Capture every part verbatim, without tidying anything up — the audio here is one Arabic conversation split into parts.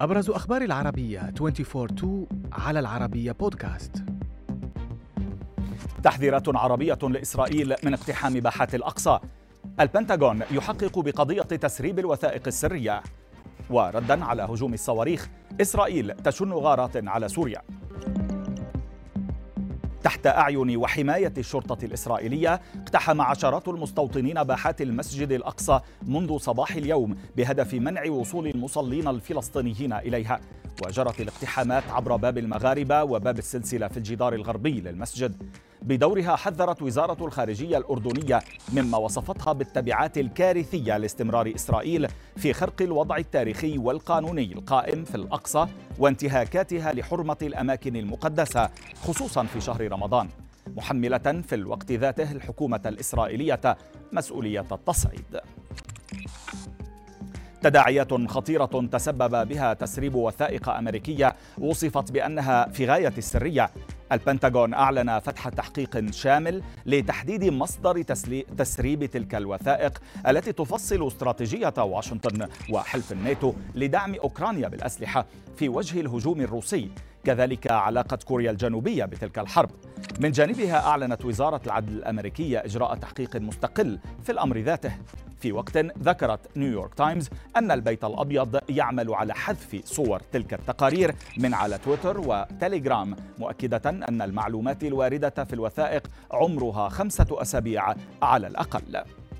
أبرز أخبار العربية أربعة وعشرين اثنين على العربية بودكاست. تحذيرات عربية لإسرائيل من اقتحام باحات الأقصى. البنتاغون يحقق بقضية تسريب الوثائق السرية. ورداً على هجوم الصواريخ، إسرائيل تشن غارات على سوريا. تحت أعين وحماية الشرطة الإسرائيلية، اقتحم عشرات المستوطنين باحات المسجد الأقصى منذ صباح اليوم بهدف منع وصول المصلين الفلسطينيين إليها. وجرت الاقتحامات عبر باب المغاربة وباب السلسلة في الجدار الغربي للمسجد. بدورها حذرت وزارة الخارجية الأردنية مما وصفتها بالتبعات الكارثية لاستمرار إسرائيل في خرق الوضع التاريخي والقانوني القائم في الأقصى وانتهاكاتها لحرمة الأماكن المقدسة خصوصا في شهر رمضان، محملة في الوقت ذاته الحكومة الإسرائيلية مسؤولية التصعيد. تداعيات خطيرة تسبب بها تسريب وثائق أمريكية وصفت بأنها في غاية السرية. البنتاغون أعلن فتح تحقيق شامل لتحديد مصدر تسريب تلك الوثائق التي تفصل استراتيجية واشنطن وحلف الناتو لدعم أوكرانيا بالأسلحة في وجه الهجوم الروسي، كذلك علاقة كوريا الجنوبية بتلك الحرب. من جانبها أعلنت وزارة العدل الأمريكية إجراء تحقيق مستقل في الأمر ذاته، في وقت ذكرت نيويورك تايمز أن البيت الأبيض يعمل على حذف صور تلك التقارير من على تويتر وتليجرام، مؤكدة أن المعلومات الواردة في الوثائق عمرها خمسة أسابيع على الأقل.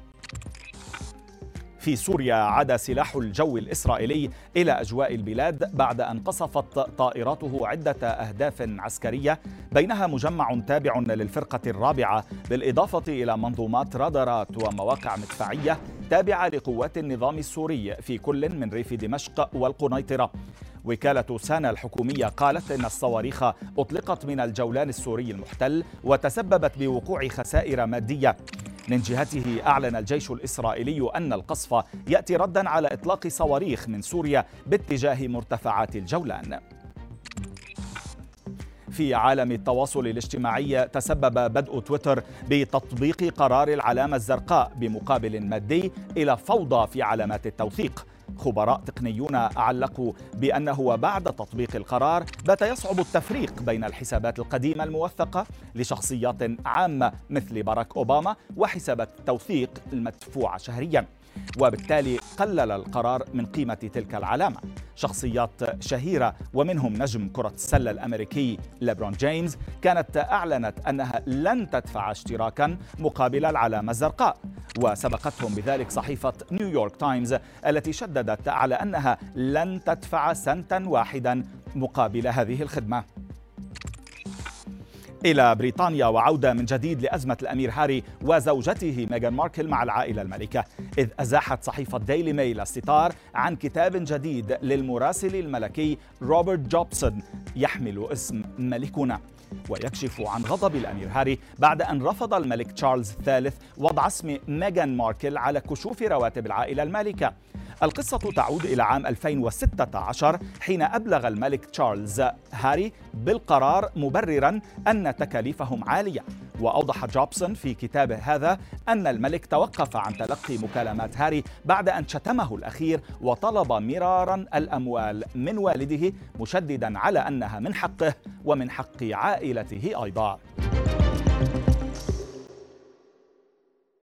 في سوريا عاد سلاح الجو الإسرائيلي إلى أجواء البلاد بعد أن قصفت طائراته عدة أهداف عسكرية، بينها مجمع تابع للفرقة الرابعة، بالإضافة إلى منظومات رادارات ومواقع مدفعية تابعة لقوات النظام السوري في كل من ريف دمشق والقنيطرة. وكالة سانا الحكومية قالت إن الصواريخ أطلقت من الجولان السوري المحتل وتسببت بوقوع خسائر مادية. من جهته أعلن الجيش الإسرائيلي أن القصف يأتي رداً على إطلاق صواريخ من سوريا باتجاه مرتفعات الجولان. في عالم التواصل الاجتماعي، تسبب بدء تويتر بتطبيق قرار العلامة الزرقاء بمقابل مادي إلى فوضى في علامات التوثيق. خبراء تقنيون علقوا بأنه بعد تطبيق القرار بات يصعب التفريق بين الحسابات القديمة الموثقة لشخصيات عامة مثل باراك أوباما وحسابات التوثيق المدفوعة شهرياً، وبالتالي قلل القرار من قيمة تلك العلامة. شخصيات شهيرة ومنهم نجم كرة السلة الأمريكي ليبرون جيمس كانت أعلنت أنها لن تدفع اشتراكاً مقابل العلامة الزرقاء، وسبقتهم بذلك صحيفة نيويورك تايمز التي شددت على أنها لن تدفع سنتا واحدا مقابل هذه الخدمة. إلى بريطانيا وعودة من جديد لأزمة الأمير هاري وزوجته ميغان ماركل مع العائلة الملكة، إذ أزاحت صحيفة ديلي ميل الستار عن كتاب جديد للمراسل الملكي روبرت جوبسون يحمل اسم ملكنا، ويكشف عن غضب الأمير هاري بعد أن رفض الملك تشارلز الثالث وضع اسم ميغان ماركل على كشوف رواتب العائلة المالكة. القصة تعود إلى عام ألفين وستة عشر حين أبلغ الملك تشارلز هاري بالقرار مبرراً أن تكاليفهم عالية. وأوضح جوبسون في كتابه هذا أن الملك توقف عن تلقي مكالمات هاري بعد أن شتمه الأخير وطلب مراراً الأموال من والده، مشدداً على أنها من حقه ومن حق عائلته أيضاً.